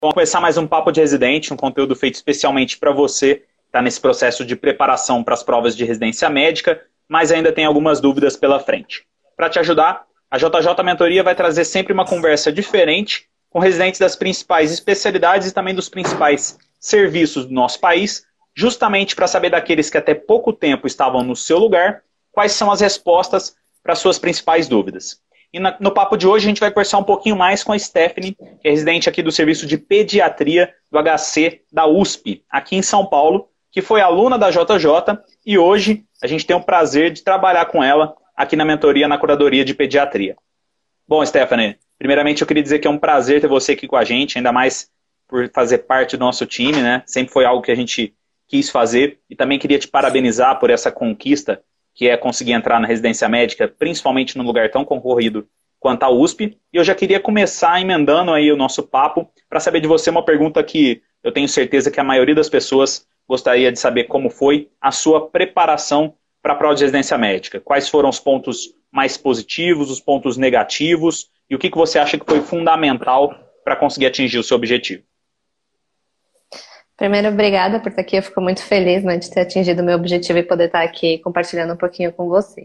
Vamos começar mais um Papo de Residente, um conteúdo feito especialmente para você que está nesse processo de preparação para as provas de residência médica, mas ainda tem algumas dúvidas pela frente. Para te ajudar, a JJ Mentoria vai trazer sempre uma conversa diferente com residentes das principais especialidades e também dos principais serviços do nosso país, justamente para saber daqueles que até pouco tempo estavam no seu lugar, quais são as respostas para as suas principais dúvidas. E no papo de hoje a gente vai conversar um pouquinho mais com a Stephanie, que é residente aqui do Serviço de Pediatria do HC da USP, aqui em São Paulo, que foi aluna da JJ e hoje a gente tem o prazer de trabalhar com ela aqui na mentoria, na curadoria de pediatria. Bom, Stephanie, primeiramente eu queria dizer que é um prazer ter você aqui com a gente, ainda mais por fazer parte do nosso time, né? Sempre foi algo que a gente quis fazer e também queria te parabenizar por essa conquista que é conseguir entrar na residência médica, principalmente num lugar tão concorrido quanto a USP. E eu já queria começar emendando aí o nosso papo para saber de você uma pergunta que eu tenho certeza que a maioria das pessoas gostaria de saber como foi a sua preparação para a prova de residência médica. Quais foram os pontos mais positivos, os pontos negativos e o que você acha que foi fundamental para conseguir atingir o seu objetivo? Primeiro, obrigada por estar aqui. Eu fico muito feliz, né, de ter atingido o meu objetivo e poder estar aqui compartilhando um pouquinho com vocês.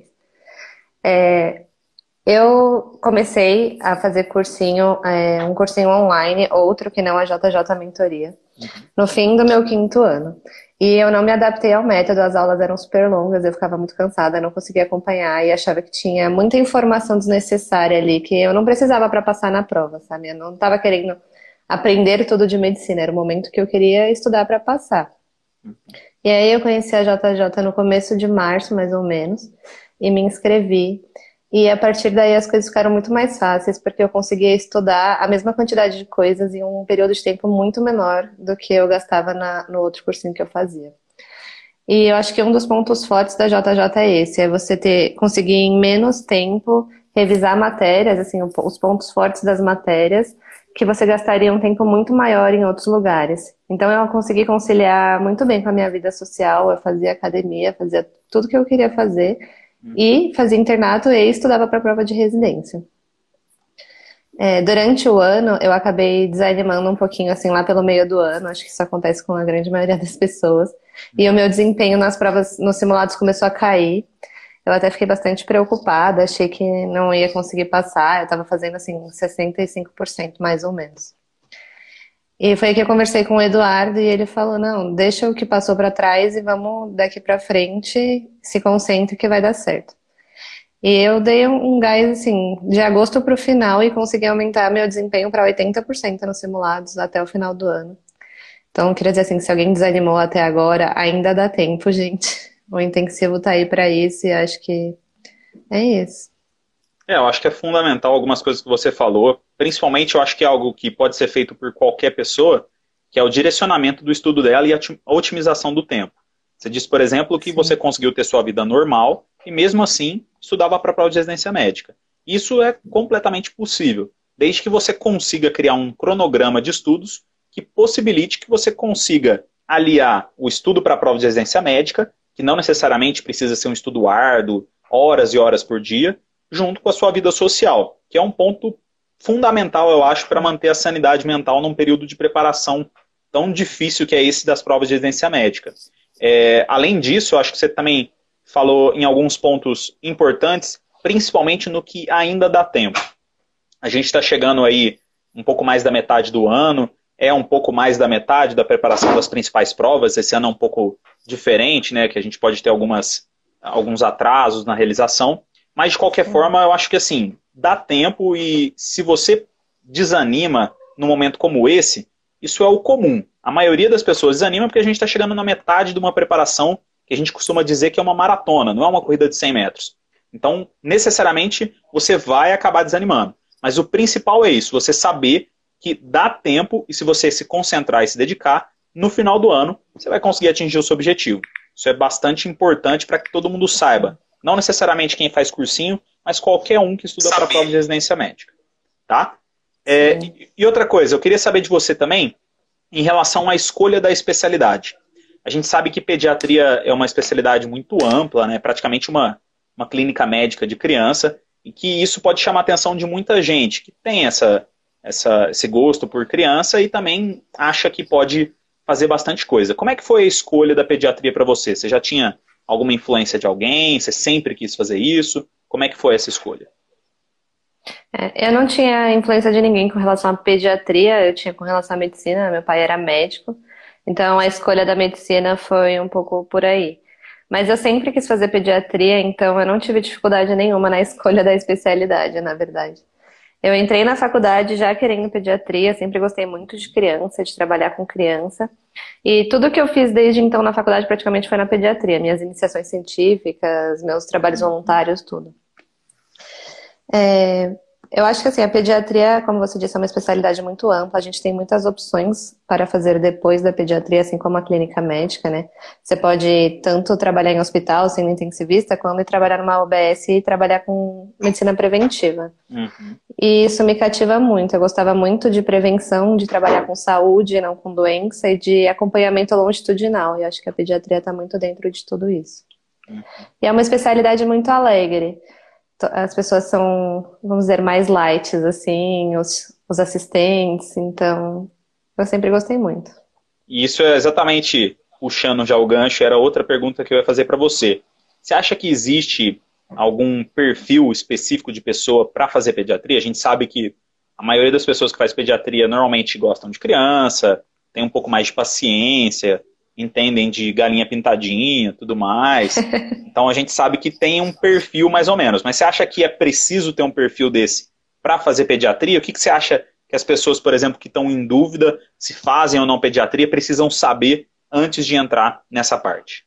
Eu comecei a fazer cursinho, um cursinho online, outro que não a JJ Mentoria, no fim do meu 5º ano. E eu não me adaptei ao método, as aulas eram super longas, eu ficava muito cansada, não conseguia acompanhar e achava que tinha muita informação desnecessária ali, que eu não precisava para passar na prova, sabe? Eu não estava querendo aprender tudo de medicina, era o momento que eu queria estudar para passar. E aí eu conheci a JJ no começo de março, mais ou menos, e me inscrevi. E a partir daí as coisas ficaram muito mais fáceis, porque eu conseguia estudar a mesma quantidade de coisas em um período de tempo muito menor do que eu gastava no outro cursinho que eu fazia. E eu acho que um dos pontos fortes da JJ é esse, é você conseguir em menos tempo revisar matérias, assim, os pontos fortes das matérias, que você gastaria um tempo muito maior em outros lugares. Então eu consegui conciliar muito bem com a minha vida social, eu fazia academia, fazia tudo que eu queria fazer, e fazia internato e estudava para a prova de residência. Durante o ano, eu acabei desanimando um pouquinho, assim, lá pelo meio do ano, acho que isso acontece com a grande maioria das pessoas, e o meu desempenho nas provas, nos simulados começou a cair. Eu até fiquei bastante preocupada, achei que não ia conseguir passar, eu estava fazendo assim 65% mais ou menos. E foi aí que eu conversei com o Eduardo e ele falou, não, deixa o que passou para trás e vamos daqui para frente, se concentre que vai dar certo. E eu dei um gás assim, de agosto para o final e consegui aumentar meu desempenho para 80% nos simulados até o final do ano. Então, eu queria dizer assim, se alguém desanimou até agora, ainda dá tempo, gente. O intensivo tá aí para isso e acho que é isso. Eu acho que é fundamental algumas coisas que você falou, principalmente eu acho que é algo que pode ser feito por qualquer pessoa, que é o direcionamento do estudo dela e a otimização do tempo. Você disse, por exemplo, que você conseguiu ter sua vida normal e mesmo assim estudava para a prova de residência médica. Isso é completamente possível, desde que você consiga criar um cronograma de estudos que possibilite que você consiga aliar o estudo para a prova de residência médica, que não necessariamente precisa ser um estudo árduo, horas e horas por dia, junto com a sua vida social, que é um ponto fundamental, eu acho, para manter a sanidade mental num período de preparação tão difícil que é esse das provas de residência médica. Além disso, eu acho que você também falou em alguns pontos importantes, principalmente no que ainda dá tempo. A gente está chegando aí um pouco mais da metade do ano, um pouco mais da metade da preparação das principais provas, esse ano é um pouco diferente, né, que a gente pode ter alguns atrasos na realização, mas de qualquer forma eu acho que assim, dá tempo e se você desanima num momento como esse, isso é o comum. A maioria das pessoas desanima porque a gente está chegando na metade de uma preparação que a gente costuma dizer que é uma maratona, não é uma corrida de 100 metros. Então, necessariamente, você vai acabar desanimando. Mas o principal é isso, você saber que dá tempo e se você se concentrar e se dedicar, no final do ano, você vai conseguir atingir o seu objetivo. Isso é bastante importante para que todo mundo saiba. Não necessariamente quem faz cursinho, mas qualquer um que estuda para a prova de residência médica. Tá? E outra coisa, eu queria saber de você também, em relação à escolha da especialidade. A gente sabe que pediatria é uma especialidade muito ampla, né? Praticamente uma clínica médica de criança, e que isso pode chamar a atenção de muita gente que tem essa esse gosto por criança e também acha que pode fazer bastante coisa. Como é que foi a escolha da pediatria para você? Você já tinha alguma influência de alguém? Você sempre quis fazer isso? Como é que foi essa escolha? Eu não tinha influência de ninguém com relação à pediatria, eu tinha com relação à medicina, meu pai era médico, então a escolha da medicina foi um pouco por aí. Mas eu sempre quis fazer pediatria, então eu não tive dificuldade nenhuma na escolha da especialidade, na verdade. Eu entrei na faculdade já querendo pediatria, sempre gostei muito de criança, de trabalhar com criança. E tudo que eu fiz desde então na faculdade praticamente foi na pediatria, minhas iniciações científicas, meus trabalhos voluntários, tudo. É, eu acho que assim, a pediatria, como você disse, é uma especialidade muito ampla. A gente tem muitas opções para fazer depois da pediatria, assim como a clínica médica, né? Você pode tanto trabalhar em hospital, sendo intensivista, quanto ir trabalhar numa UBS e trabalhar com medicina preventiva. Uhum. E isso me cativa muito. Eu gostava muito de prevenção, de trabalhar com saúde, não com doença, e de acompanhamento longitudinal. E acho que a pediatria está muito dentro de tudo isso. Uhum. E é uma especialidade muito alegre. As pessoas são, vamos dizer, mais light, assim, os assistentes, então eu sempre gostei muito. E isso é exatamente, puxando já o gancho, era outra pergunta que eu ia fazer para você. Você acha que existe algum perfil específico de pessoa para fazer pediatria? A gente sabe que a maioria das pessoas que faz pediatria normalmente gostam de criança, tem um pouco mais de paciência, entendem de galinha pintadinha, tudo mais. Então a gente sabe que tem um perfil mais ou menos. Mas você acha que é preciso ter um perfil desse para fazer pediatria? O que você acha que as pessoas, por exemplo, que estão em dúvida se fazem ou não pediatria, precisam saber antes de entrar nessa parte?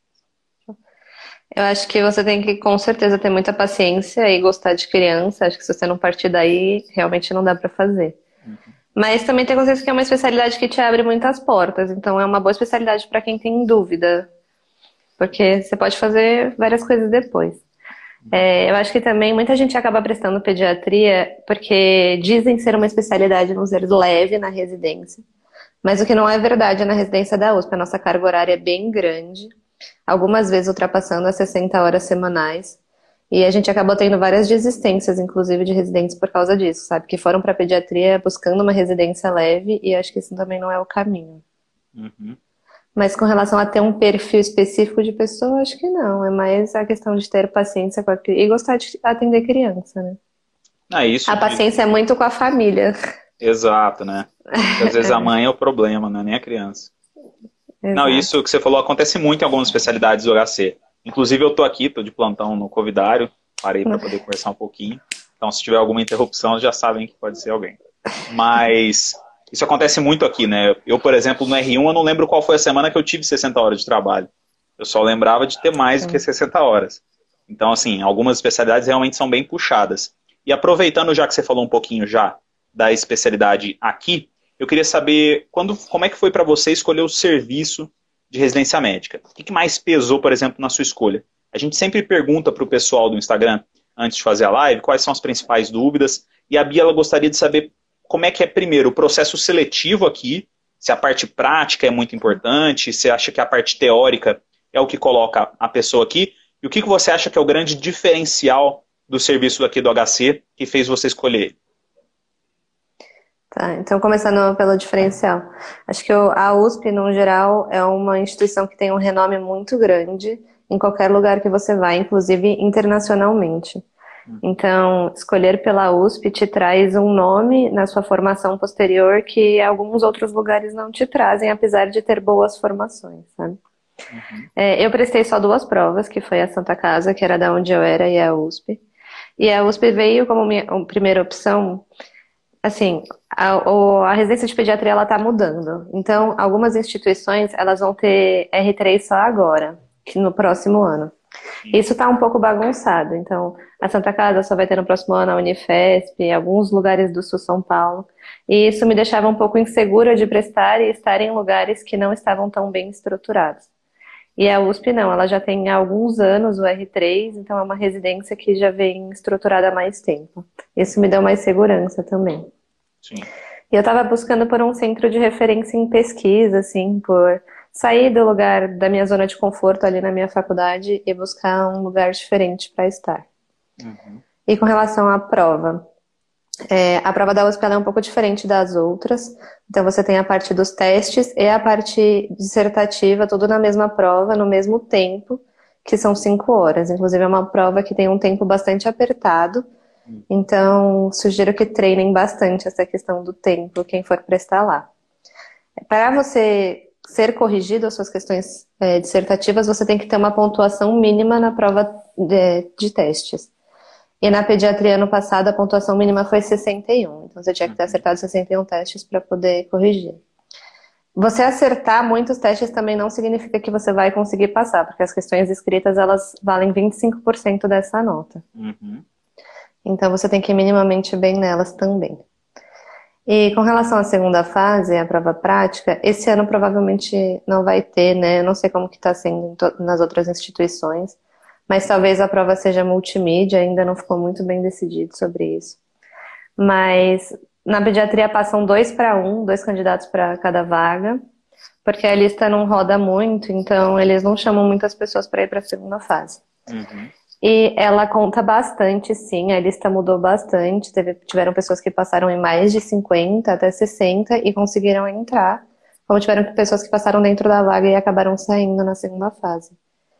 Eu acho que você tem que, com certeza, ter muita paciência e gostar de criança. Acho que se você não partir daí, realmente não dá para fazer. Mas também tem consciência que é uma especialidade que te abre muitas portas. Então é uma boa especialidade para quem tem dúvida. Porque você pode fazer várias coisas depois. Eu acho que também muita gente acaba prestando pediatria porque dizem ser uma especialidade, vamos dizer, leve na residência. Mas o que não é verdade é na residência da USP. A nossa carga horária é bem grande, algumas vezes ultrapassando as 60 horas semanais. E a gente acabou tendo várias desistências, inclusive de residentes por causa disso, sabe? Que foram para pediatria buscando uma residência leve e acho que isso também não é o caminho. Uhum. Mas com relação a ter um perfil específico de pessoa, acho que não. É mais a questão de ter paciência com e gostar de atender criança, né? Isso A paciência é muito com a família. Exato, né? Porque às vezes a mãe é o problema, né? Nem a criança. Não, Exato. isso que você falou acontece muito em algumas especialidades do HC. Inclusive eu tô aqui, tô de plantão no Covidário, parei para poder conversar um pouquinho. Então se tiver alguma interrupção, já sabem que pode ser alguém. Mas isso acontece muito aqui, né? Eu, por exemplo, no R1, eu não lembro qual foi a semana que eu tive 60 horas de trabalho. Eu só lembrava de ter mais do que 60 horas. Então, assim, algumas especialidades realmente são bem puxadas. E aproveitando já que você falou um pouquinho já da especialidade aqui, eu queria saber como é que foi para você escolher o serviço de residência médica. O que mais pesou, por exemplo, na sua escolha? A gente sempre pergunta para o pessoal do Instagram, antes de fazer a live, quais são as principais dúvidas. E a Bia ela gostaria de saber como é que é, primeiro, o processo seletivo aqui, se a parte prática é muito importante, se acha que a parte teórica é o que coloca a pessoa aqui, e o que você acha que é o grande diferencial do serviço aqui do HC que fez você escolher? Tá, então começando pelo diferencial. Acho que a USP, no geral, é uma instituição que tem um renome muito grande em qualquer lugar que você vai, inclusive internacionalmente. Então, escolher pela USP te traz um nome na sua formação posterior que alguns outros lugares não te trazem, apesar de ter boas formações, sabe? Eu prestei só duas provas, que foi a Santa Casa, que era da onde eu era, e a USP. E a USP veio como minha primeira opção. Assim, a residência de pediatria ela tá mudando. Então, algumas instituições elas vão ter R3 só agora, que no próximo ano. Isso tá um pouco bagunçado. Então, a Santa Casa só vai ter no próximo ano a Unifesp, alguns lugares do Sul São Paulo. E isso me deixava um pouco insegura de prestar e estar em lugares que não estavam tão bem estruturados. E a USP não, ela já tem há alguns anos o R3, então é uma residência que já vem estruturada há mais tempo. Isso me deu mais segurança também. Sim. E eu estava buscando por um centro de referência em pesquisa, assim, por sair do lugar da minha zona de conforto ali na minha faculdade e buscar um lugar diferente para estar. E com relação à prova, A prova da USP ela é um pouco diferente das outras. Então, você tem a parte dos testes e a parte dissertativa, tudo na mesma prova, no mesmo tempo, que são 5 horas. Inclusive, é uma prova que tem um tempo bastante apertado. Então, sugiro que treinem bastante essa questão do tempo, quem for prestar lá. Para você ser corrigido as suas questões dissertativas, você tem que ter uma pontuação mínima na prova de testes. E na pediatria, ano passado, a pontuação mínima foi 61. Então, você tinha que ter acertado 61 testes para poder corrigir. Você acertar muitos testes também não significa que você vai conseguir passar, porque as questões escritas, elas valem 25% dessa nota. Então, você tem que ir minimamente bem nelas também. E com relação à segunda fase, a prova prática, esse ano provavelmente não vai ter, né? Eu não sei como que está sendo nas outras instituições, mas talvez a prova seja multimídia, ainda não ficou muito bem decidido sobre isso. Mas na pediatria passam 2 para 1, 2 candidatos para cada vaga, porque a lista não roda muito, então eles não chamam muitas pessoas para ir para a segunda fase. E ela conta bastante, sim, a lista mudou bastante, tiveram pessoas que passaram em mais de 50 até 60 e conseguiram entrar, como tiveram pessoas que passaram dentro da vaga e acabaram saindo na segunda fase.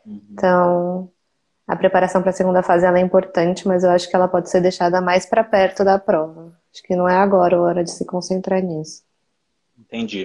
Então, a preparação para a segunda fase ela é importante, mas eu acho que ela pode ser deixada mais para perto da prova. Acho que não é agora a hora de se concentrar nisso. Entendi.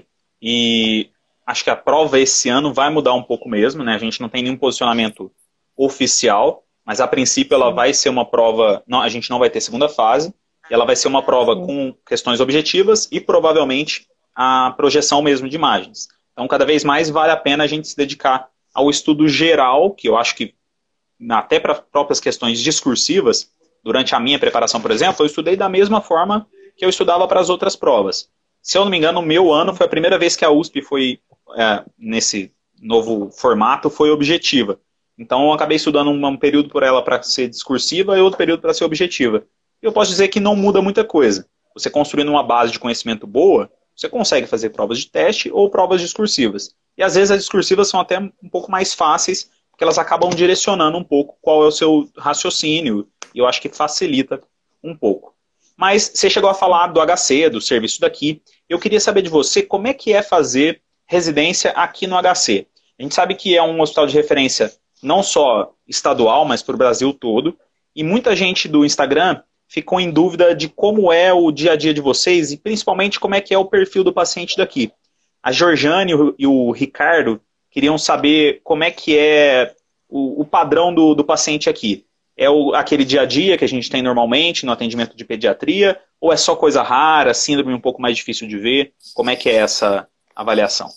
E acho que a prova esse ano vai mudar um pouco mesmo, né? A gente não tem nenhum posicionamento oficial, mas a princípio ela vai ser uma prova... Não, a gente não vai ter segunda fase, e ela vai ser uma prova com questões objetivas e provavelmente a projeção mesmo de imagens. Então, cada vez mais vale a pena a gente se dedicar ao estudo geral, que eu acho que até para próprias questões discursivas, durante a minha preparação, por exemplo, eu estudei da mesma forma que eu estudava para as outras provas. Se eu não me engano, no meu ano foi a primeira vez que a USP foi, nesse novo formato, foi objetiva. Então eu acabei estudando um período por ela para ser discursiva e outro período para ser objetiva. E eu posso dizer que não muda muita coisa. Você construindo uma base de conhecimento boa, você consegue fazer provas de teste ou provas discursivas. E às vezes as discursivas são até um pouco mais fáceis, porque elas acabam direcionando um pouco qual é o seu raciocínio, e eu acho que facilita um pouco. Mas você chegou a falar do HC, do serviço daqui. Eu queria saber de você como é que é fazer residência aqui no HC. A gente sabe que é um hospital de referência não só estadual, mas para o Brasil todo, e muita gente do Instagram ficou em dúvida de como é o dia a dia de vocês, e principalmente como é que é o perfil do paciente daqui. A Georgiane e o Ricardo queriam saber como é que é o padrão do paciente aqui. É aquele dia a dia que a gente tem normalmente no atendimento de pediatria, ou é só coisa rara, síndrome um pouco mais difícil de ver? Como é que é essa avaliação?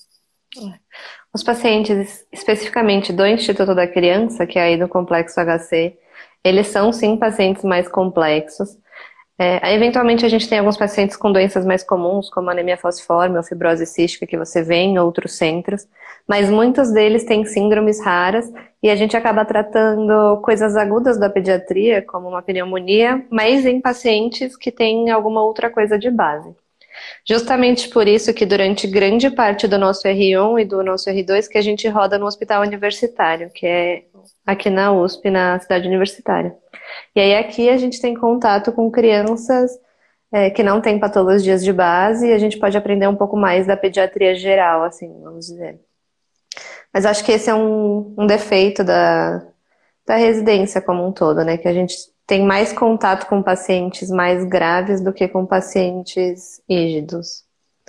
Os pacientes, especificamente do Instituto da Criança, que é aí do Complexo HC, eles são sim pacientes mais complexos. Eventualmente a gente tem alguns pacientes com doenças mais comuns, como anemia falciforme ou fibrose cística, que você vê em outros centros, mas muitos deles têm síndromes raras e a gente acaba tratando coisas agudas da pediatria, como uma pneumonia, mas em pacientes que têm alguma outra coisa de base. Justamente por isso que durante grande parte do nosso R1 e do nosso R2 que a gente roda no hospital universitário, que é aqui na USP, na cidade universitária. E aí aqui a gente tem contato com crianças que não têm patologias de base e a gente pode aprender um pouco mais da pediatria geral, assim, vamos dizer. Mas acho que esse é um defeito da residência como um todo, né? Que a gente tem mais contato com pacientes mais graves do que com pacientes rígidos.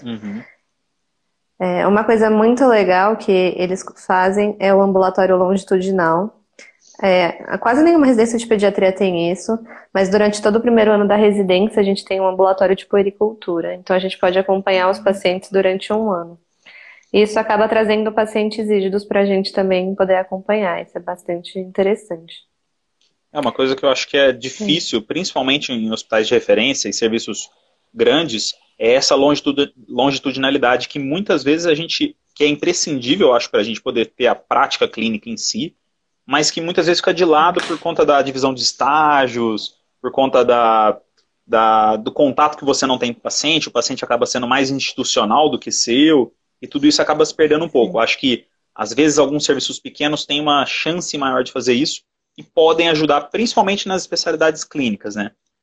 Uma coisa muito legal que eles fazem é o ambulatório longitudinal. Quase nenhuma residência de pediatria tem isso, mas durante todo o primeiro ano da residência a gente tem um ambulatório de puericultura, então a gente pode acompanhar os pacientes durante um ano. E isso acaba trazendo pacientes rígidos para a gente também poder acompanhar, isso é bastante interessante. É uma coisa que eu acho que é difícil, principalmente em hospitais de referência e serviços grandes, é essa longitudinalidade que muitas vezes que é imprescindível, eu acho, para a gente poder ter a prática clínica em si, mas que muitas vezes fica de lado por conta da divisão de estágios, por conta do contato que você não tem com o paciente acaba sendo mais institucional do que seu, e tudo isso acaba se perdendo um pouco. Eu acho que, às vezes, alguns serviços pequenos têm uma chance maior de fazer isso, e podem ajudar, principalmente nas especialidades clínicas, né?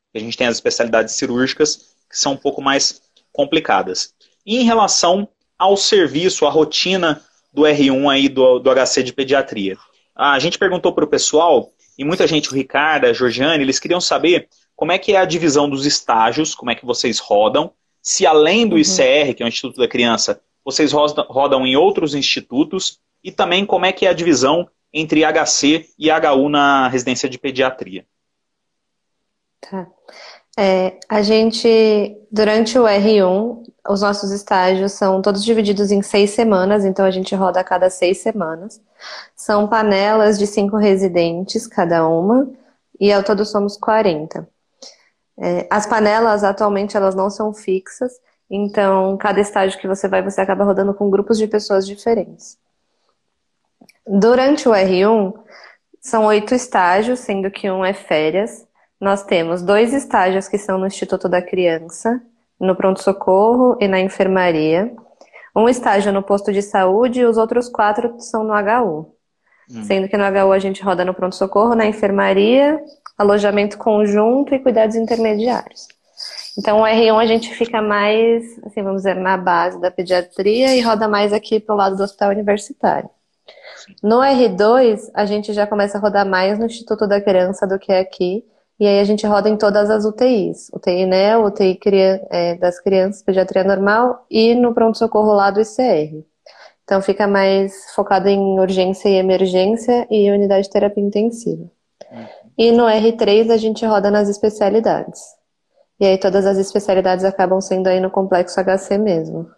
A gente tem as especialidades cirúrgicas que são um pouco mais complicadas. E em relação ao serviço, à rotina do R1 aí do HC de pediatria. A gente perguntou para o pessoal, e muita gente, o Ricardo, a Georgiane, eles queriam saber como é que é a divisão dos estágios, como é que vocês rodam, se além do ICR, que é o Instituto da Criança, vocês rodam em outros institutos, e também como é que é a divisão entre HC e HU na residência de pediatria. Tá. A gente, durante o R1, os nossos estágios são todos divididos em 6 semanas, então a gente roda a cada 6 semanas. São panelas de 5 residentes, cada uma, e ao todo somos 40. As panelas, atualmente, elas não são fixas, então cada estágio que você vai, você acaba rodando com grupos de pessoas diferentes. Durante o R1, são 8 estágios, sendo que um é férias. Nós temos 2 estágios que são no Instituto da Criança, no pronto-socorro e na enfermaria. Um estágio no posto de saúde e os outros 4 são no HU. Sendo que no HU a gente roda no pronto-socorro, na enfermaria, alojamento conjunto e cuidados intermediários. Então o R1 a gente fica mais, assim, vamos dizer, na base da pediatria e roda mais aqui pro lado do hospital universitário. No R2, a gente já começa a rodar mais no Instituto da Criança do que aqui. E aí a gente roda em todas as UTIs. UTI NEO, UTI das crianças, pediatria normal e no pronto-socorro lá do ICR. Então fica mais focado em urgência e emergência e unidade de terapia intensiva. E no R3 a gente roda nas especialidades. E aí todas as especialidades acabam sendo aí no complexo HC mesmo.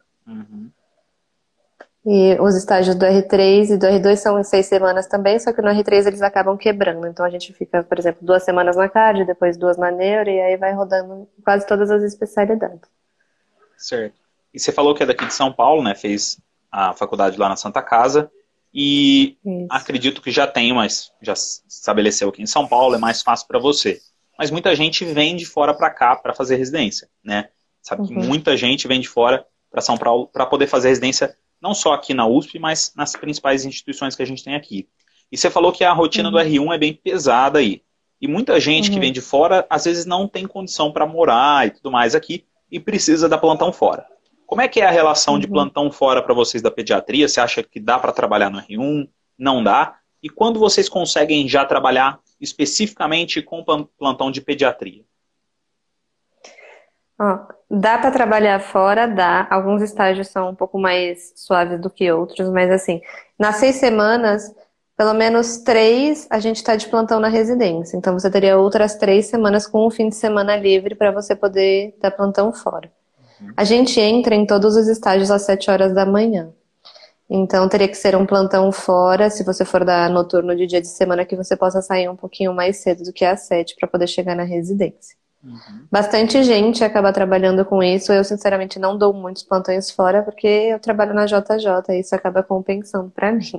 E os estágios do R3 e do R2 são em 6 semanas também, só que no R3 eles acabam quebrando. Então a gente fica, por exemplo, 2 semanas na cardio, depois 2 na neuro, e aí vai rodando quase todas as especialidades. Certo. E você falou que é daqui de São Paulo, né? Fez a faculdade lá na Santa Casa. E acredito que já tem, mas já estabeleceu aqui em São Paulo, é mais fácil para você. Mas muita gente vem de fora para cá para fazer residência, né? Sabe que muita gente vem de fora para São Paulo para poder fazer residência não só aqui na USP, mas nas principais instituições que a gente tem aqui. E você falou que a rotina do R1 é bem pesada aí. E muita gente que vem de fora, às vezes não tem condição para morar e tudo mais aqui, e precisa da plantão fora. Como é que é a relação de plantão fora para vocês da pediatria? Você acha que dá para trabalhar no R1? Não dá? E quando vocês conseguem já trabalhar especificamente com plantão de pediatria? Dá para trabalhar fora, dá. Alguns estágios são um pouco mais suaves do que outros, mas assim, nas 6 semanas, pelo menos 3 a gente está de plantão na residência. Então você teria outras 3 semanas com um fim de semana livre para você poder dar plantão fora. A gente entra em todos os estágios às 7 horas da manhã. Então teria que ser um plantão fora, se você for dar noturno de dia de semana, que você possa sair um pouquinho mais cedo do que às 7 para poder chegar na residência. Bastante gente acaba trabalhando com isso. Eu, sinceramente, não dou muitos plantões fora porque eu trabalho na JJ e isso acaba compensando para mim.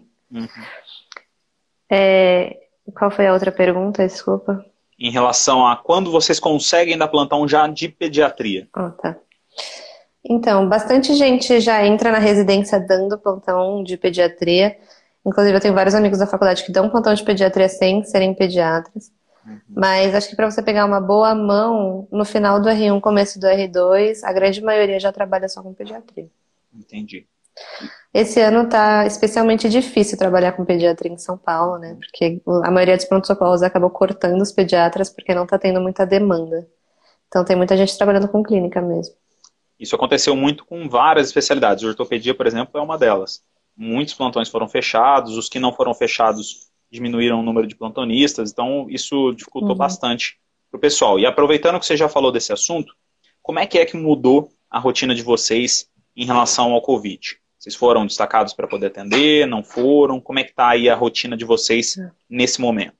Qual foi a outra pergunta? Desculpa. Em relação a quando vocês conseguem dar plantão já de pediatria? Tá. Então, bastante gente já entra na residência dando plantão de pediatria. Inclusive, eu tenho vários amigos da faculdade que dão plantão de pediatria sem serem pediatras. Mas acho que para você pegar uma boa mão, no final do R1, começo do R2, a grande maioria já trabalha só com pediatria. Entendi. Esse ano tá especialmente difícil trabalhar com pediatria em São Paulo, né? Porque a maioria dos pronto-socorros acabou cortando os pediatras porque não tá tendo muita demanda. Então tem muita gente trabalhando com clínica mesmo. Isso aconteceu muito com várias especialidades. Ortopedia, por exemplo, é uma delas. Muitos plantões foram fechados, os que não foram fechados diminuíram o número de plantonistas, então isso dificultou bastante para o pessoal. E aproveitando que você já falou desse assunto, como é que mudou a rotina de vocês em relação ao Covid? Vocês foram destacados para poder atender, não foram? Como é que está aí a rotina de vocês nesse momento?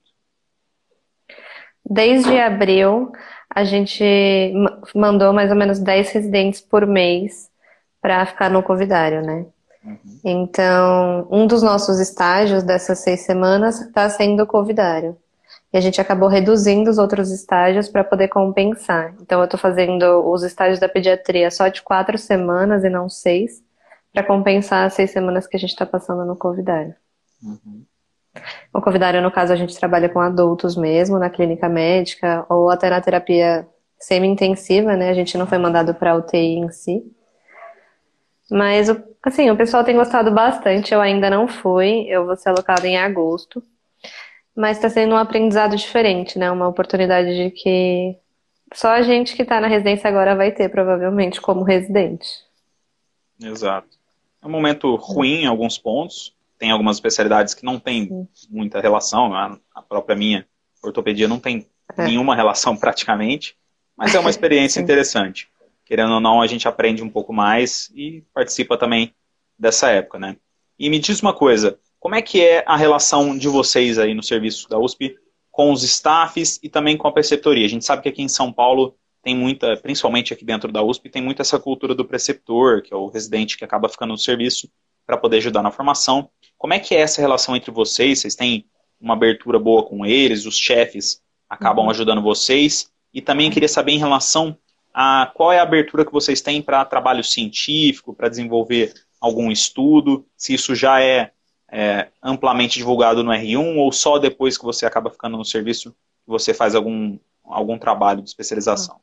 Desde abril, a gente mandou mais ou menos 10 residentes por mês para ficar no covidário, né? Então, um dos nossos estágios dessas 6 semanas está sendo covidário. E a gente acabou reduzindo os outros estágios para poder compensar. Então, eu estou fazendo os estágios da pediatria só de 4 semanas e não 6, para compensar as 6 semanas que a gente está passando no covidário. O covidário, no caso, a gente trabalha com adultos mesmo, na clínica médica, ou até na terapia semi-intensiva, né? A gente não foi mandado para UTI em si. Mas, assim, o pessoal tem gostado bastante. Eu ainda não fui, eu vou ser alocada em agosto. Mas está sendo um aprendizado diferente, né? Uma oportunidade de que só a gente que está na residência agora vai ter, provavelmente, como residente. Exato. É um momento ruim em alguns pontos. Tem algumas especialidades que não tem muita relação. A própria minha ortopedia não tem nenhuma relação praticamente. Mas é uma experiência interessante. Querendo ou não, a gente aprende um pouco mais e participa também dessa época, né? E me diz uma coisa, como é que é a relação de vocês aí no serviço da USP com os staffs e também com a preceptoria? A gente sabe que aqui em São Paulo tem muita, principalmente aqui dentro da USP, tem muito essa cultura do preceptor, que é o residente que acaba ficando no serviço para poder ajudar na formação. Como é que é essa relação entre vocês? Vocês têm uma abertura boa com eles? Os chefes acabam ajudando vocês? E também queria saber em relação a qual é a abertura que vocês têm para trabalho científico, para desenvolver algum estudo, se isso já é amplamente divulgado no R1 ou só depois que você acaba ficando no serviço que você faz algum trabalho de especialização.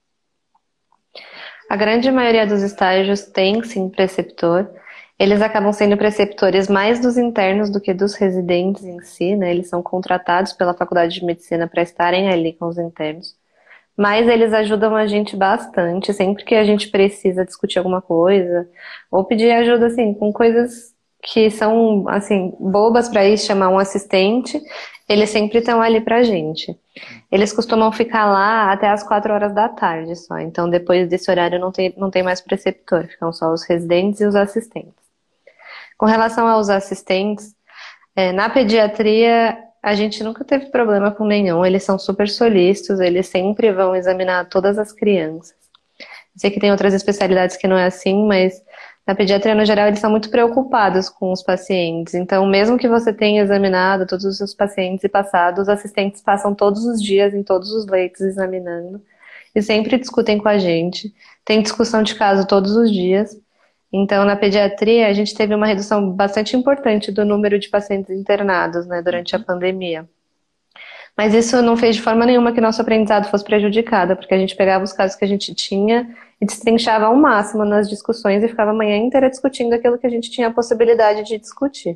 A grande maioria dos estágios tem, sim, preceptor. Eles acabam sendo preceptores mais dos internos do que dos residentes em si, né? Eles são contratados pela Faculdade de Medicina para estarem ali com os internos. Mas eles ajudam a gente bastante, sempre que a gente precisa discutir alguma coisa, ou pedir ajuda, assim, com coisas que são, assim, bobas para ir chamar um assistente, eles sempre estão ali pra gente. Eles costumam ficar lá até as 4 horas da tarde só, então depois desse horário não tem mais preceptor, ficam só os residentes e os assistentes. Com relação aos assistentes, na pediatria a gente nunca teve problema com nenhum, eles são super solícitos, eles sempre vão examinar todas as crianças. Sei que tem outras especialidades que não é assim, mas na pediatria, no geral, eles são muito preocupados com os pacientes. Então, mesmo que você tenha examinado todos os seus pacientes e passado, os assistentes passam todos os dias em todos os leitos examinando e sempre discutem com a gente. Tem discussão de caso todos os dias. Então, na pediatria, a gente teve uma redução bastante importante do número de pacientes internados, né, durante a pandemia. Mas isso não fez de forma nenhuma que nosso aprendizado fosse prejudicado, porque a gente pegava os casos que a gente tinha e destrinchava ao máximo nas discussões e ficava a manhã inteira discutindo aquilo que a gente tinha a possibilidade de discutir.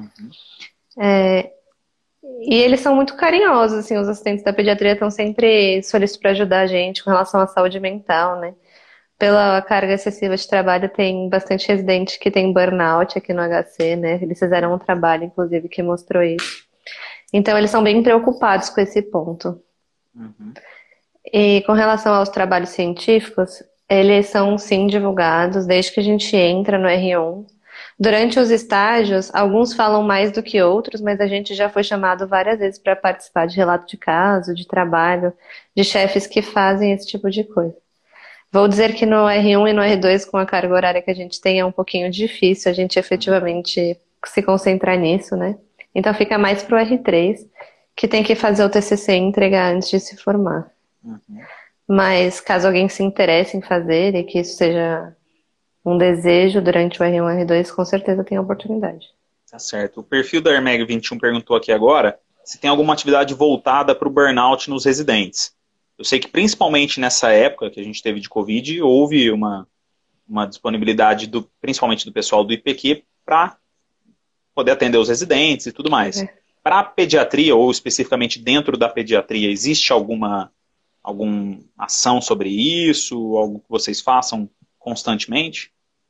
E eles são muito carinhosos, assim, os assistentes da pediatria estão sempre solícitos para ajudar a gente com relação à saúde mental, né? Pela carga excessiva de trabalho, tem bastante residente que tem burnout aqui no HC, né? Eles fizeram um trabalho, inclusive, que mostrou isso. Então, eles são bem preocupados com esse ponto. E com relação aos trabalhos científicos, eles são, sim, divulgados desde que a gente entra no R1. Durante os estágios, alguns falam mais do que outros, mas a gente já foi chamado várias vezes para participar de relato de caso, de trabalho, de chefes que fazem esse tipo de coisa. Vou dizer que no R1 e no R2, com a carga horária que a gente tem, é um pouquinho difícil a gente efetivamente se concentrar nisso, né? Então fica mais pro R3, que tem que fazer o TCC e entregar antes de se formar. Mas caso alguém se interesse em fazer e que isso seja um desejo durante o R1 e R2, com certeza tem oportunidade. Tá certo. O perfil da Airmeg 21 perguntou aqui agora se tem alguma atividade voltada para o burnout nos residentes. Eu sei que principalmente nessa época que a gente teve de Covid, houve uma disponibilidade, principalmente do pessoal do IPQ, para poder atender os residentes e tudo mais. Para a pediatria, ou especificamente dentro da pediatria, existe alguma ação sobre isso? Algo que vocês façam constantemente?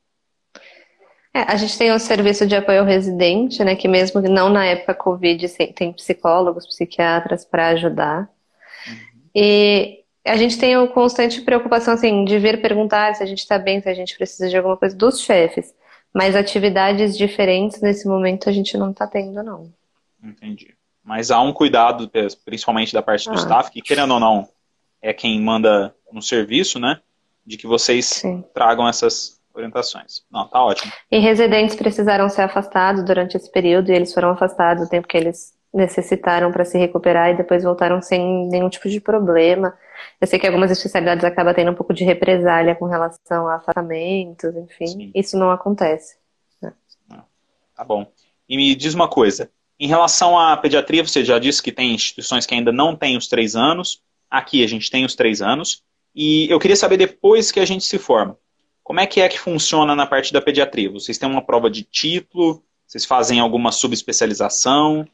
A gente tem um serviço de apoio ao residente, né, que mesmo não na época Covid, tem psicólogos, psiquiatras para ajudar. E a gente tem uma constante preocupação, assim, de vir perguntar se a gente está bem, se a gente precisa de alguma coisa dos chefes. Mas atividades diferentes nesse momento a gente não está tendo, não. Entendi. Mas há um cuidado, principalmente da parte do staff, que querendo ou não, é quem manda no serviço, né? De que vocês tragam essas orientações. Não, tá ótimo. E residentes precisaram ser afastados durante esse período e eles foram afastados o tempo que eles necessitaram para se recuperar e depois voltaram sem nenhum tipo de problema. Eu sei que algumas especialidades acabam tendo um pouco de represália com relação a afastamentos, enfim. Isso não acontece. Tá bom. E me diz uma coisa. Em relação à pediatria, você já disse que tem instituições que ainda não têm os 3 anos. Aqui a gente tem os 3 anos. E eu queria saber, depois que a gente se forma, como é que funciona na parte da pediatria? Vocês têm uma prova de título? Vocês fazem alguma subespecialização?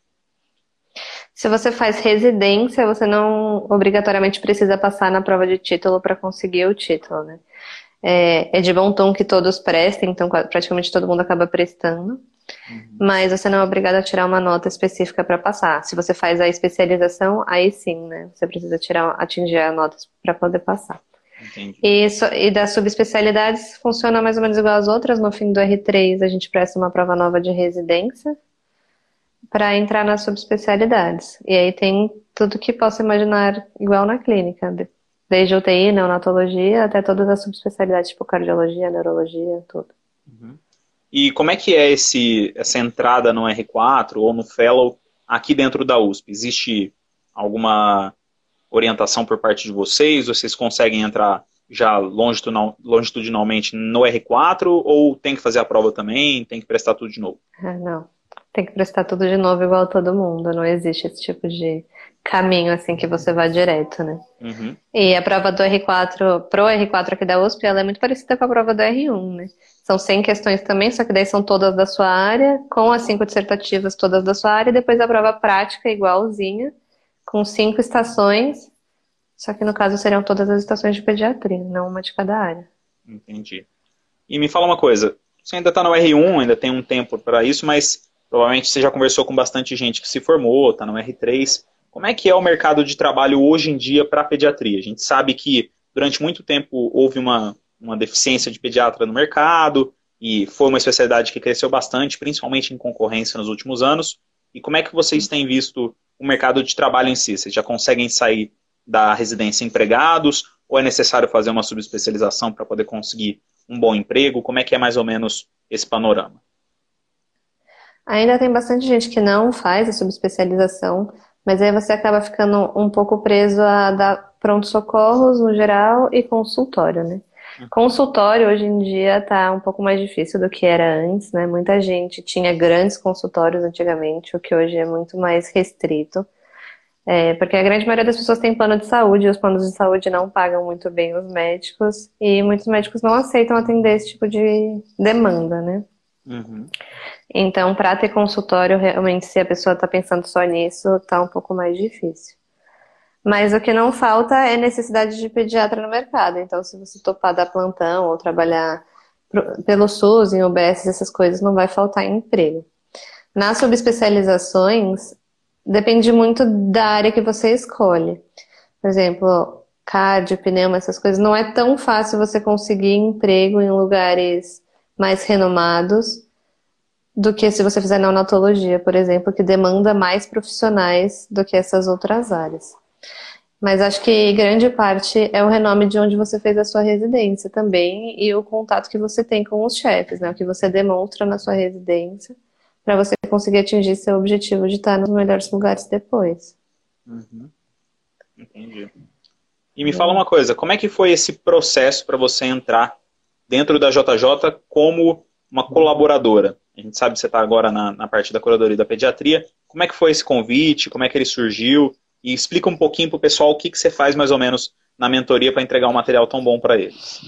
Se você faz residência, você não obrigatoriamente precisa passar na prova de título para conseguir o título, né? É de bom tom que todos prestem, então praticamente todo mundo acaba prestando. Mas você não é obrigado a tirar uma nota específica para passar. Se você faz a especialização, aí sim, né? Você precisa atingir a nota para poder passar. Entendi. E das subespecialidades funciona mais ou menos igual às outras. No fim do R3, a gente presta uma prova nova de residência para entrar nas subespecialidades. E aí tem tudo que possa imaginar igual na clínica. Desde UTI, neonatologia, até todas as subespecialidades, tipo cardiologia, neurologia, tudo. E como é que é essa entrada no R4 ou no Fellow aqui dentro da USP? Existe alguma orientação por parte de vocês? Vocês conseguem entrar já longitudinalmente no R4 ou tem que fazer a prova também? Tem que prestar tudo de novo? Não. Tem que prestar tudo de novo igual a todo mundo. Não existe esse tipo de caminho assim que você vá direto, né? E a prova do R4, pro R4 aqui da USP, ela é muito parecida com a prova do R1, né? São 100 questões também, só que daí são todas da sua área, com as 5 dissertativas todas da sua área, e depois a prova prática igualzinha, com 5 estações, só que no caso seriam todas as estações de pediatria, não uma de cada área. Entendi. E me fala uma coisa, você ainda está no R1, ainda tem um tempo para isso, mas provavelmente você já conversou com bastante gente que se formou, está no R3. Como é que é o mercado de trabalho hoje em dia para a pediatria? A gente sabe que durante muito tempo houve uma deficiência de pediatra no mercado e foi uma especialidade que cresceu bastante, principalmente em concorrência nos últimos anos. E como é que vocês têm visto o mercado de trabalho em si? Vocês já conseguem sair da residência empregados ou é necessário fazer uma subespecialização para poder conseguir um bom emprego? Como é que é mais ou menos esse panorama? Ainda tem bastante gente que não faz a subespecialização, mas aí você acaba ficando um pouco preso a dar pronto-socorros no geral e consultório, né? Consultório hoje em dia tá um pouco mais difícil do que era antes, né? Muita gente tinha grandes consultórios antigamente, o que hoje é muito mais restrito. Porque a grande maioria das pessoas tem plano de saúde, e os planos de saúde não pagam muito bem os médicos, e muitos médicos não aceitam atender esse tipo de demanda, né? Então, para ter consultório, realmente, se a pessoa está pensando só nisso, está um pouco mais difícil. Mas o que não falta é necessidade de pediatra no mercado. Então, se você topar dar plantão ou trabalhar pelo SUS, em UBS, essas coisas, não vai faltar emprego. Nas subespecializações, depende muito da área que você escolhe. Por exemplo, cardio, pneuma, essas coisas, não é tão fácil você conseguir emprego em lugares mais renomados do que se você fizer neonatologia, por exemplo, que demanda mais profissionais do que essas outras áreas. Mas acho que grande parte é o renome de onde você fez a sua residência também e o contato que você tem com os chefes, né? O que você demonstra na sua residência para você conseguir atingir seu objetivo de estar nos melhores lugares depois. Entendi. E me fala uma coisa, como é que foi esse processo para você entrar dentro da JJ como uma colaboradora? A gente sabe que você está agora na parte da curadoria da pediatria. Como é que foi esse convite? Como é que ele surgiu? E explica um pouquinho para o pessoal o que você faz mais ou menos na mentoria para entregar um material tão bom para eles.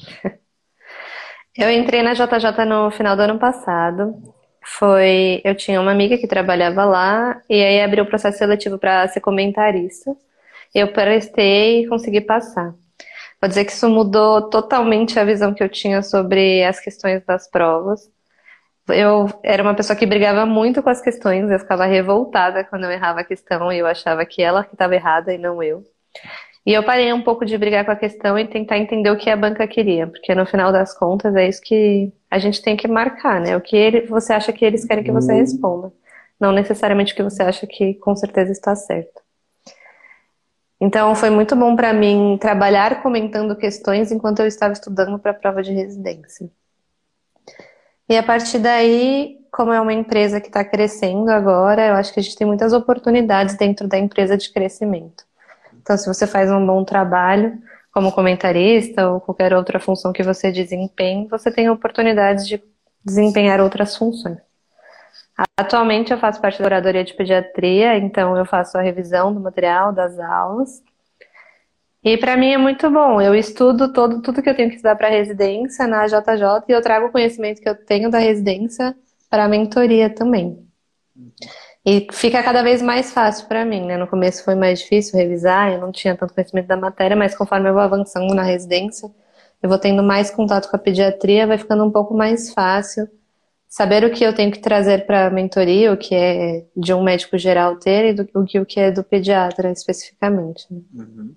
Eu entrei na JJ no final do ano passado. Eu tinha uma amiga que trabalhava lá e aí abriu o processo seletivo para ser comentarista. Eu prestei e consegui passar. Vou dizer que isso mudou totalmente a visão que eu tinha sobre as questões das provas. Eu era uma pessoa que brigava muito com as questões, eu ficava revoltada quando eu errava a questão e eu achava que ela que estava errada e não eu. E eu parei um pouco de brigar com a questão e tentar entender o que a banca queria, porque no final das contas é isso que a gente tem que marcar, né? O que você acha que eles querem que você responda, não necessariamente o que você acha que com certeza está certo. Então foi muito bom para mim trabalhar comentando questões enquanto eu estava estudando para a prova de residência. E a partir daí, como é uma empresa que está crescendo agora, eu acho que a gente tem muitas oportunidades dentro da empresa de crescimento. Então, se você faz um bom trabalho como comentarista ou qualquer outra função que você desempenhe, você tem oportunidades de desempenhar outras funções. Atualmente eu faço parte da curadoria de pediatria, então eu faço a revisão do material, das aulas. E para mim é muito bom. Eu estudo tudo que eu tenho que estudar para residência na JJ e eu trago o conhecimento que eu tenho da residência para a mentoria também. E fica cada vez mais fácil para mim, né? No começo foi mais difícil revisar, eu não tinha tanto conhecimento da matéria, mas conforme eu vou avançando na residência, eu vou tendo mais contato com a pediatria, vai ficando um pouco mais fácil saber o que eu tenho que trazer para a mentoria, o que é de um médico geral ter e o que é do pediatra especificamente, né? Uhum.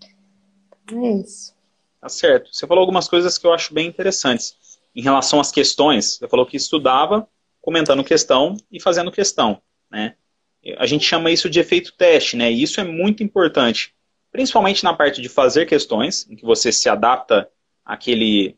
É isso. Tá certo. Você falou algumas coisas que eu acho bem interessantes. Em relação às questões, você falou que estudava comentando questão e fazendo questão, né? A gente chama isso de efeito teste, né? E isso é muito importante, principalmente na parte de fazer questões, em que você se adapta àquele,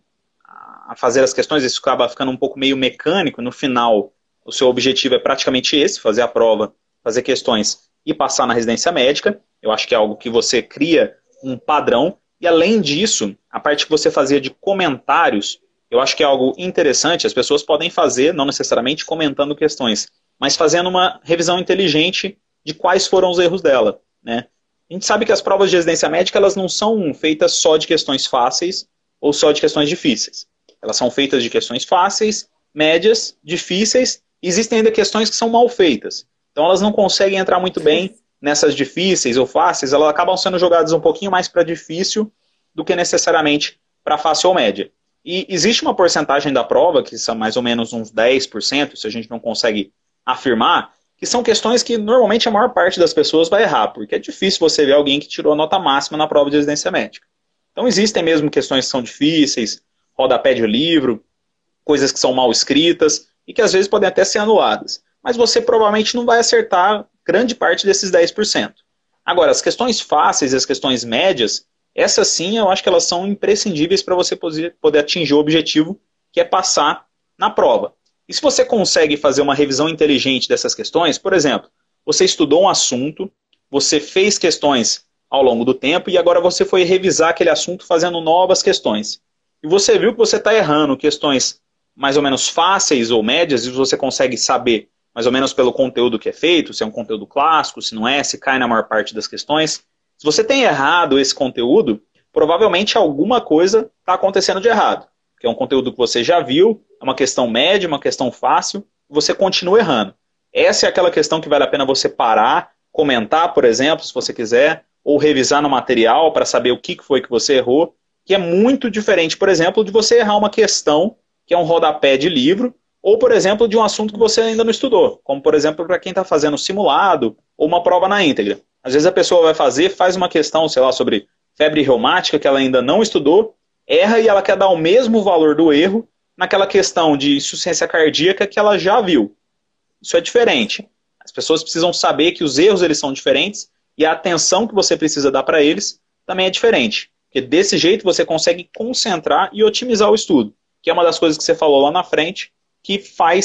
a fazer as questões, isso acaba ficando um pouco meio mecânico. No final, o seu objetivo é praticamente esse, fazer a prova, fazer questões e passar na residência médica. Eu acho que é algo que você cria um padrão. E além disso, a parte que você fazia de comentários, eu acho que é algo interessante. As pessoas podem fazer, não necessariamente comentando questões, mas fazendo uma revisão inteligente de quais foram os erros dela, né? A gente sabe que as provas de residência médica, elas não são feitas só de questões fáceis ou só de questões difíceis. Elas são feitas de questões fáceis, médias, difíceis, e existem ainda questões que são mal feitas. Então elas não conseguem entrar muito bem nessas difíceis ou fáceis, elas acabam sendo jogadas um pouquinho mais para difícil do que necessariamente para fácil ou média. E existe uma porcentagem da prova, que são mais ou menos uns 10%, se a gente não consegue afirmar, que são questões que normalmente a maior parte das pessoas vai errar, porque é difícil você ver alguém que tirou a nota máxima na prova de residência médica. Então existem mesmo questões que são difíceis, rodapé de livro, coisas que são mal escritas e que às vezes podem até ser anuladas. Mas você provavelmente não vai acertar grande parte desses 10%. Agora, as questões fáceis e as questões médias, essas sim eu acho que elas são imprescindíveis para você poder atingir o objetivo, que é passar na prova. E se você consegue fazer uma revisão inteligente dessas questões, por exemplo, você estudou um assunto, você fez questões ao longo do tempo e agora você foi revisar aquele assunto fazendo novas questões. E você viu que você está errando questões mais ou menos fáceis ou médias e você consegue saber mais ou menos pelo conteúdo que é feito, se é um conteúdo clássico, se não é, se cai na maior parte das questões. Se você tem errado esse conteúdo, provavelmente alguma coisa está acontecendo de errado. Que é um conteúdo que você já viu, é uma questão média, uma questão fácil, e você continua errando. Essa é aquela questão que vale a pena você parar, comentar, por exemplo, se você quiser, ou revisar no material para saber o que foi que você errou, que é muito diferente, por exemplo, de você errar uma questão que é um rodapé de livro, ou, por exemplo, de um assunto que você ainda não estudou, como, por exemplo, para quem está fazendo simulado ou uma prova na íntegra. Às vezes a pessoa vai fazer, faz uma questão, sei lá, sobre febre reumática que ela ainda não estudou, erra e ela quer dar o mesmo valor do erro naquela questão de insuficiência cardíaca que ela já viu. Isso é diferente. As pessoas precisam saber que os erros eles são diferentes e a atenção que você precisa dar para eles também é diferente. Porque desse jeito você consegue concentrar e otimizar o estudo, que é uma das coisas que você falou lá na frente, que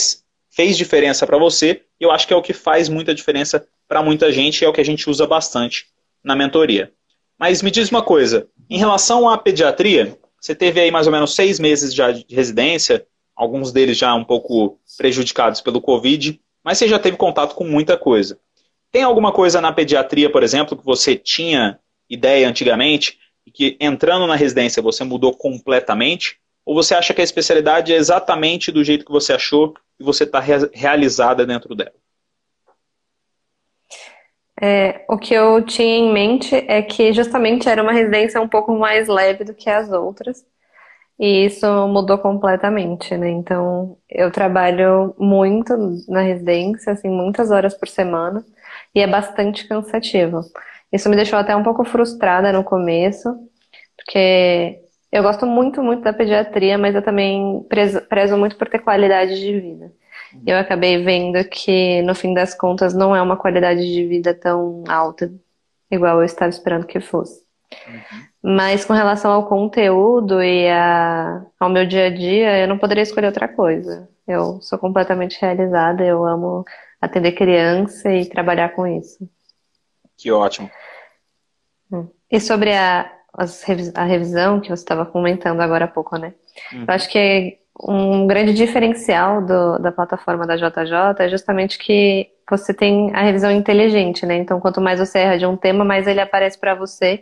fez diferença para você, e eu acho que é o que faz muita diferença para muita gente, e é o que a gente usa bastante na mentoria. Mas me diz uma coisa, em relação à pediatria, você teve aí mais ou menos 6 meses já de residência, alguns deles já um pouco prejudicados pelo Covid, mas você já teve contato com muita coisa. Tem alguma coisa na pediatria, por exemplo, que você tinha ideia antigamente e que entrando na residência você mudou completamente? Ou você acha que a especialidade é exatamente do jeito que você achou e você está realizada dentro dela? O que eu tinha em mente é que justamente era uma residência um pouco mais leve do que as outras. E isso mudou completamente, né? Então, eu trabalho muito na residência, assim, muitas horas por semana, e é bastante cansativo. Isso me deixou até um pouco frustrada no começo, porque eu gosto muito, muito da pediatria, mas eu também prezo muito por ter qualidade de vida. Eu acabei vendo que, no fim das contas, não é uma qualidade de vida tão alta, igual eu estava esperando que fosse. Mas com relação ao conteúdo e ao meu dia a dia, eu não poderia escolher outra coisa. Eu sou completamente realizada, eu amo atender criança e trabalhar com isso. Que ótimo. E sobre a revisão que você estava comentando agora há pouco, né? Eu acho que um grande diferencial da plataforma da JJ é justamente que você tem a revisão inteligente, né? Então, quanto mais você erra de um tema, mais ele aparece para você.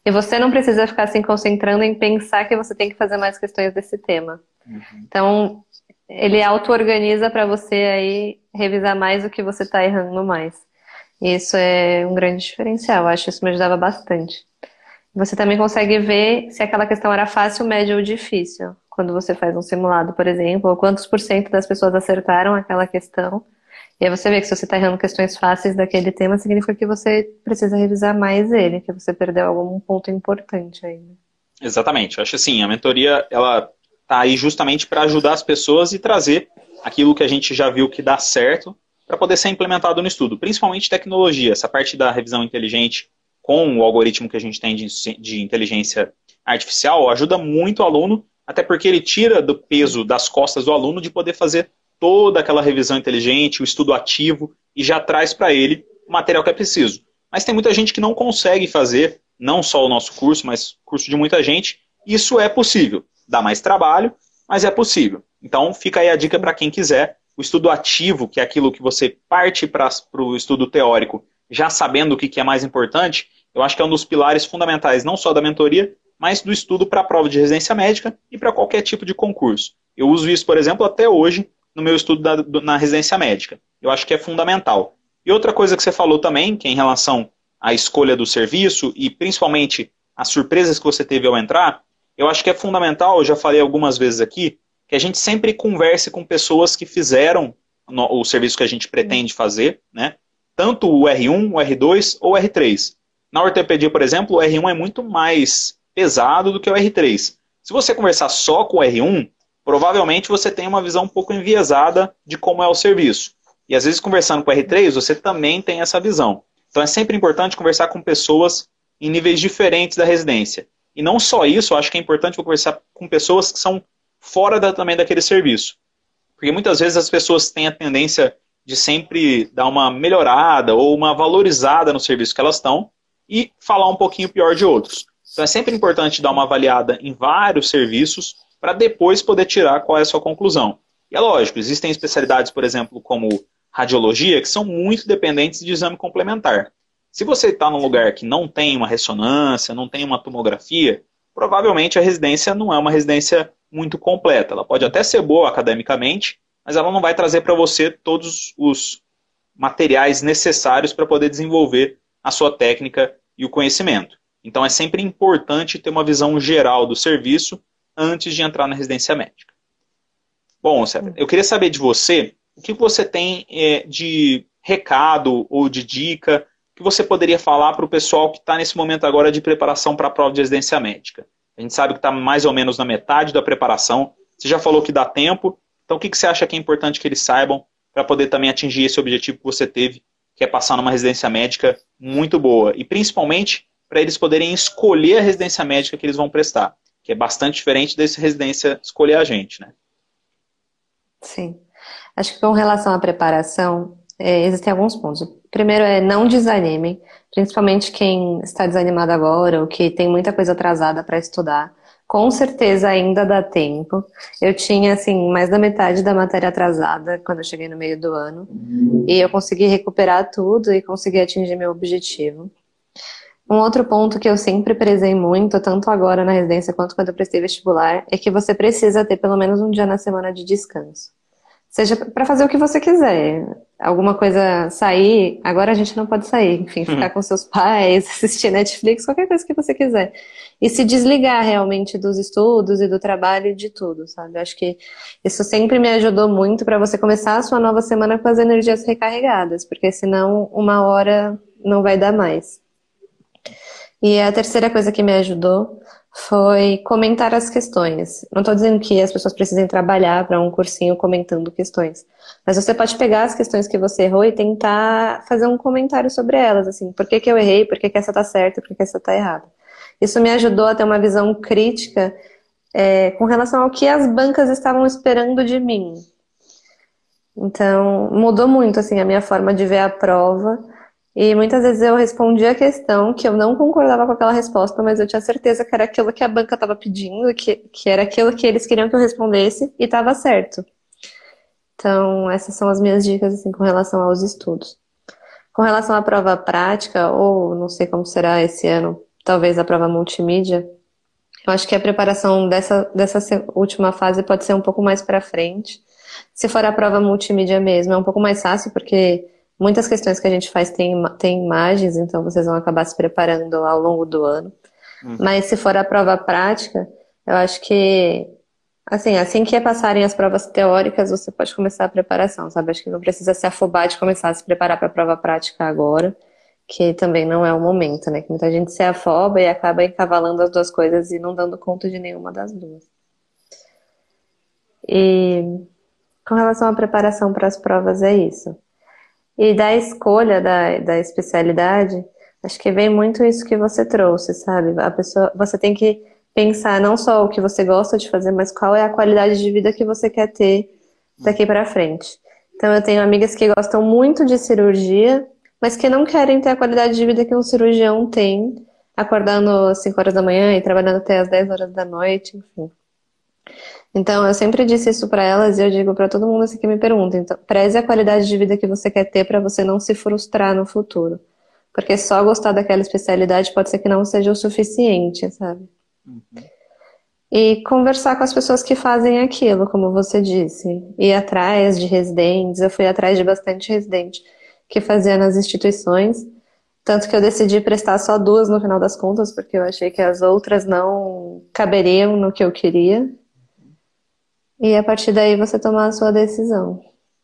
E você não precisa ficar se concentrando em pensar que você tem que fazer mais questões desse tema. Então, ele auto-organiza para você aí revisar mais o que você está errando mais. E isso é um grande diferencial. Eu acho que isso me ajudava bastante. Você também consegue ver se aquela questão era fácil, média ou difícil. Quando você faz um simulado, por exemplo, ou quantos por cento das pessoas acertaram aquela questão. E aí você vê que se você está errando questões fáceis daquele tema, significa que você precisa revisar mais ele, que você perdeu algum ponto importante aí. Exatamente. Eu acho assim, a mentoria, ela tá aí justamente para ajudar as pessoas e trazer aquilo que a gente já viu que dá certo para poder ser implementado no estudo, principalmente tecnologia, essa parte da revisão inteligente com o algoritmo que a gente tem de inteligência artificial ajuda muito o aluno, até porque ele tira do peso das costas do aluno de poder fazer toda aquela revisão inteligente, o estudo ativo, e já traz para ele o material que é preciso. Mas tem muita gente que não consegue fazer, não só o nosso curso, mas o curso de muita gente. Isso é possível. Dá mais trabalho, mas é possível. Então fica aí a dica para quem quiser. O estudo ativo, que é aquilo que você parte para o estudo teórico, já sabendo o que é mais importante, eu acho que é um dos pilares fundamentais, não só da mentoria, mas do estudo para a prova de residência médica e para qualquer tipo de concurso. Eu uso isso, por exemplo, até hoje, no meu estudo na residência médica. Eu acho que é fundamental. E outra coisa que você falou também, que é em relação à escolha do serviço e principalmente as surpresas que você teve ao entrar, eu acho que é fundamental, eu já falei algumas vezes aqui, que a gente sempre converse com pessoas que fizeram o serviço que a gente pretende fazer, né? Tanto o R1, o R2 ou o R3. Na ortopedia, por exemplo, o R1 é muito mais pesado do que o R3. Se você conversar só com o R1, provavelmente você tem uma visão um pouco enviesada de como é o serviço. E às vezes conversando com o R3, você também tem essa visão. Então é sempre importante conversar com pessoas em níveis diferentes da residência. E não só isso, eu acho que é importante conversar com pessoas que são fora também daquele serviço. Porque muitas vezes as pessoas têm a tendência de sempre dar uma melhorada ou uma valorizada no serviço que elas estão e falar um pouquinho pior de outros. Então é sempre importante dar uma avaliada em vários serviços para depois poder tirar qual é a sua conclusão. E é lógico, existem especialidades, por exemplo, como radiologia, que são muito dependentes de exame complementar. Se você está num lugar que não tem uma ressonância, não tem uma tomografia, provavelmente a residência não é uma residência muito completa. Ela pode até ser boa academicamente, mas ela não vai trazer para você todos os materiais necessários para poder desenvolver a sua técnica e o conhecimento. Então é sempre importante ter uma visão geral do serviço antes de entrar na residência médica. Bom, Sérgio, eu queria saber de você, o que você tem de recado ou de dica que você poderia falar para o pessoal que está nesse momento agora de preparação para a prova de residência médica? A gente sabe que está mais ou menos na metade da preparação. Você já falou que dá tempo. Então, o que você acha que é importante que eles saibam para poder também atingir esse objetivo que você teve, que é passar numa residência médica muito boa? E, principalmente, para eles poderem escolher a residência médica que eles vão prestar, que é bastante diferente dessa residência escolher a gente, né? Sim. Acho que com relação à preparação, existem alguns pontos. O primeiro é não desanime, principalmente quem está desanimado agora ou que tem muita coisa atrasada para estudar. Com certeza ainda dá tempo. Eu tinha, assim, mais da metade da matéria atrasada quando eu cheguei no meio do ano. E eu consegui recuperar tudo e consegui atingir meu objetivo. Um outro ponto que eu sempre prezei muito, tanto agora na residência quanto quando eu prestei vestibular, é que você precisa ter pelo menos um dia na semana de descanso. Seja para fazer o que você quiser. Alguma coisa sair, agora a gente não pode sair, enfim, ficar com seus pais, assistir Netflix, qualquer coisa que você quiser. E se desligar realmente dos estudos e do trabalho e de tudo, sabe? Eu acho que isso sempre me ajudou muito para você começar a sua nova semana com as energias recarregadas, porque senão uma hora não vai dar mais. E a terceira coisa que me ajudou foi comentar as questões. Não estou dizendo que as pessoas precisem trabalhar para um cursinho comentando questões, mas você pode pegar as questões que você errou e tentar fazer um comentário sobre elas, assim, por que que eu errei, por que que essa está certa, por que que essa está errada. Isso me ajudou a ter uma visão crítica com relação ao que as bancas estavam esperando de mim. Então, mudou muito, assim, a minha forma de ver a prova. E muitas vezes eu respondia a questão que eu não concordava com aquela resposta, mas eu tinha certeza que era aquilo que a banca estava pedindo, que era aquilo que eles queriam que eu respondesse, e estava certo. Então, essas são as minhas dicas, assim, com relação aos estudos. Com relação à prova prática, ou não sei como será esse ano, talvez a prova multimídia, eu acho que a preparação dessa última fase pode ser um pouco mais para frente. Se for a prova multimídia mesmo, é um pouco mais fácil, porque muitas questões que a gente faz tem imagens, então vocês vão acabar se preparando ao longo do ano. Mas se for a prova prática, eu acho que assim que passarem as provas teóricas, você pode começar a preparação, sabe? Acho que não precisa se afobar de começar a se preparar para a prova prática agora, que também não é o momento, né? Que muita gente se afoba e acaba encavalando as duas coisas e não dando conta de nenhuma das duas. E com relação à preparação para as provas, é isso. E da escolha da especialidade, acho que vem muito isso que você trouxe, sabe? Você tem que pensar não só o que você gosta de fazer, mas qual é a qualidade de vida que você quer ter daqui para frente. Então, eu tenho amigas que gostam muito de cirurgia, mas que não querem ter a qualidade de vida que um cirurgião tem, acordando às 5 horas da manhã e trabalhando até às 10 horas da noite, enfim. Então, eu sempre disse isso para elas e eu digo para todo mundo assim que me pergunta. Então, preze a qualidade de vida que você quer ter para você não se frustrar no futuro. Porque só gostar daquela especialidade pode ser que não seja o suficiente, sabe? E conversar com as pessoas que fazem aquilo, como você disse. Ir atrás de residentes. Eu fui atrás de bastante residente que fazia nas instituições. Tanto que eu decidi prestar só 2 no final das contas, porque eu achei que as outras não caberiam no que eu queria. E a partir daí você tomar a sua decisão.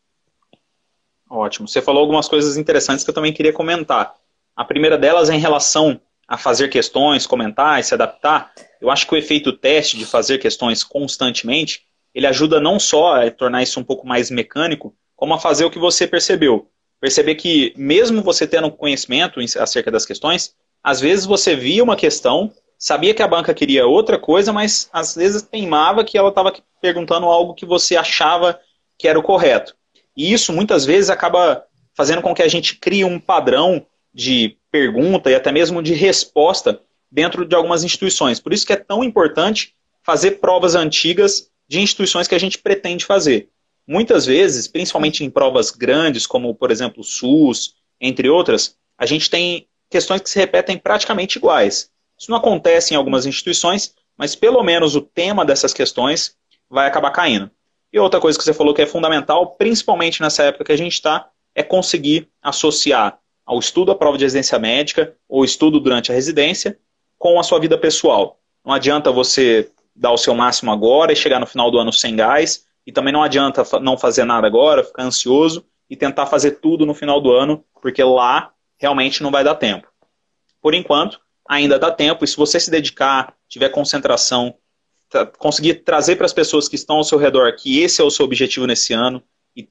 Ótimo. Você falou algumas coisas interessantes que eu também queria comentar. A primeira delas é em relação a fazer questões, comentar e se adaptar. Eu acho que o efeito teste de fazer questões constantemente, ele ajuda não só a tornar isso um pouco mais mecânico, como a fazer o que você percebeu. Perceber que mesmo você tendo conhecimento acerca das questões, às vezes você via uma questão, sabia que a banca queria outra coisa, mas às vezes teimava que ela estava perguntando algo que você achava que era o correto. E isso muitas vezes acaba fazendo com que a gente crie um padrão de pergunta e até mesmo de resposta dentro de algumas instituições. Por isso que é tão importante fazer provas antigas de instituições que a gente pretende fazer. Muitas vezes, principalmente em provas grandes, como por exemplo o SUS, entre outras, a gente tem questões que se repetem praticamente iguais. Isso não acontece em algumas instituições, mas pelo menos o tema dessas questões vai acabar caindo. E outra coisa que você falou que é fundamental, principalmente nessa época que a gente está, é conseguir associar ao estudo à prova de residência médica ou estudo durante a residência com a sua vida pessoal. Não adianta você dar o seu máximo agora e chegar no final do ano sem gás, e também não adianta não fazer nada agora, ficar ansioso e tentar fazer tudo no final do ano, porque lá realmente não vai dar tempo. Por enquanto, ainda dá tempo, e se você se dedicar, tiver concentração, conseguir trazer para as pessoas que estão ao seu redor que esse é o seu objetivo nesse ano, e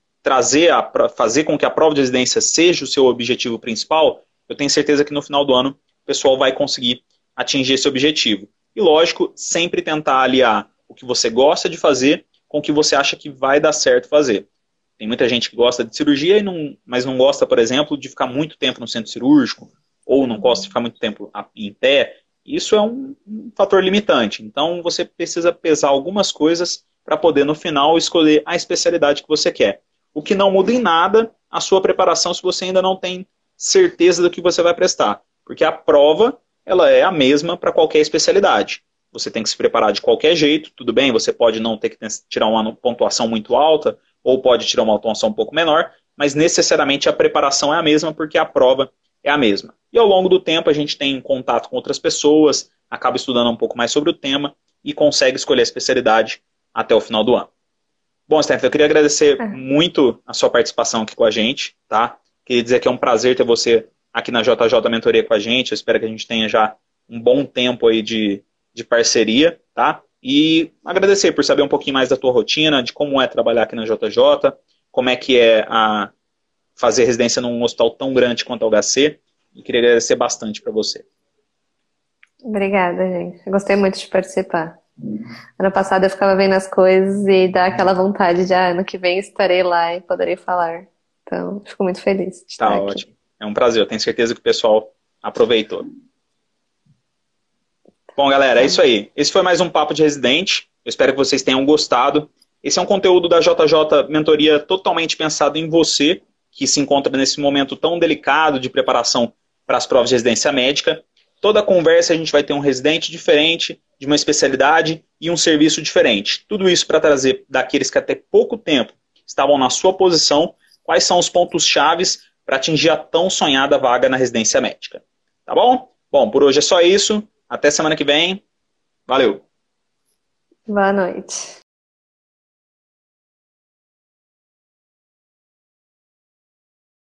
fazer com que a prova de residência seja o seu objetivo principal, eu tenho certeza que no final do ano o pessoal vai conseguir atingir esse objetivo. E lógico, sempre tentar aliar o que você gosta de fazer com o que você acha que vai dar certo fazer. Tem muita gente que gosta de cirurgia, mas não gosta, por exemplo, de ficar muito tempo no centro cirúrgico, ou não gosta de ficar muito tempo em pé. Isso é um fator limitante. Então, você precisa pesar algumas coisas para poder, no final, escolher a especialidade que você quer. O que não muda em nada a sua preparação se você ainda não tem certeza do que você vai prestar. Porque a prova, ela é a mesma para qualquer especialidade. Você tem que se preparar de qualquer jeito, tudo bem, você pode não ter que tirar uma pontuação muito alta, ou pode tirar uma pontuação um pouco menor, mas necessariamente a preparação é a mesma porque a prova é a mesma. E ao longo do tempo a gente tem contato com outras pessoas, acaba estudando um pouco mais sobre o tema e consegue escolher a especialidade até o final do ano. Bom, Stephanie, eu queria agradecer muito a sua participação aqui com a gente, tá? Queria dizer que é um prazer ter você aqui na JJ Mentoria com a gente, eu espero que a gente tenha já um bom tempo aí de parceria, tá? E agradecer por saber um pouquinho mais da tua rotina, de como é trabalhar aqui na JJ, como é que é fazer residência num hospital tão grande quanto o HC, e queria agradecer bastante para você. Obrigada, gente. Eu gostei muito de participar. Ano passado eu ficava vendo as coisas e dá aquela vontade de, ano que vem estarei lá e poderei falar. Então, fico muito feliz de estar aqui. Tá ótimo. É um prazer. Eu tenho certeza que o pessoal aproveitou. Bom, galera, é isso aí. Esse foi mais um Papo de Residente. Eu espero que vocês tenham gostado. Esse é um conteúdo da JJ Mentoria totalmente pensado em você, que se encontra nesse momento tão delicado de preparação para as provas de residência médica. toda conversa a gente vai ter um residente diferente, de uma especialidade e um serviço diferente. Tudo isso para trazer daqueles que até pouco tempo estavam na sua posição, quais são os pontos chaves para atingir a tão sonhada vaga na residência médica. Tá bom? Bom, por hoje é só isso. Até semana que vem. Valeu! Boa noite.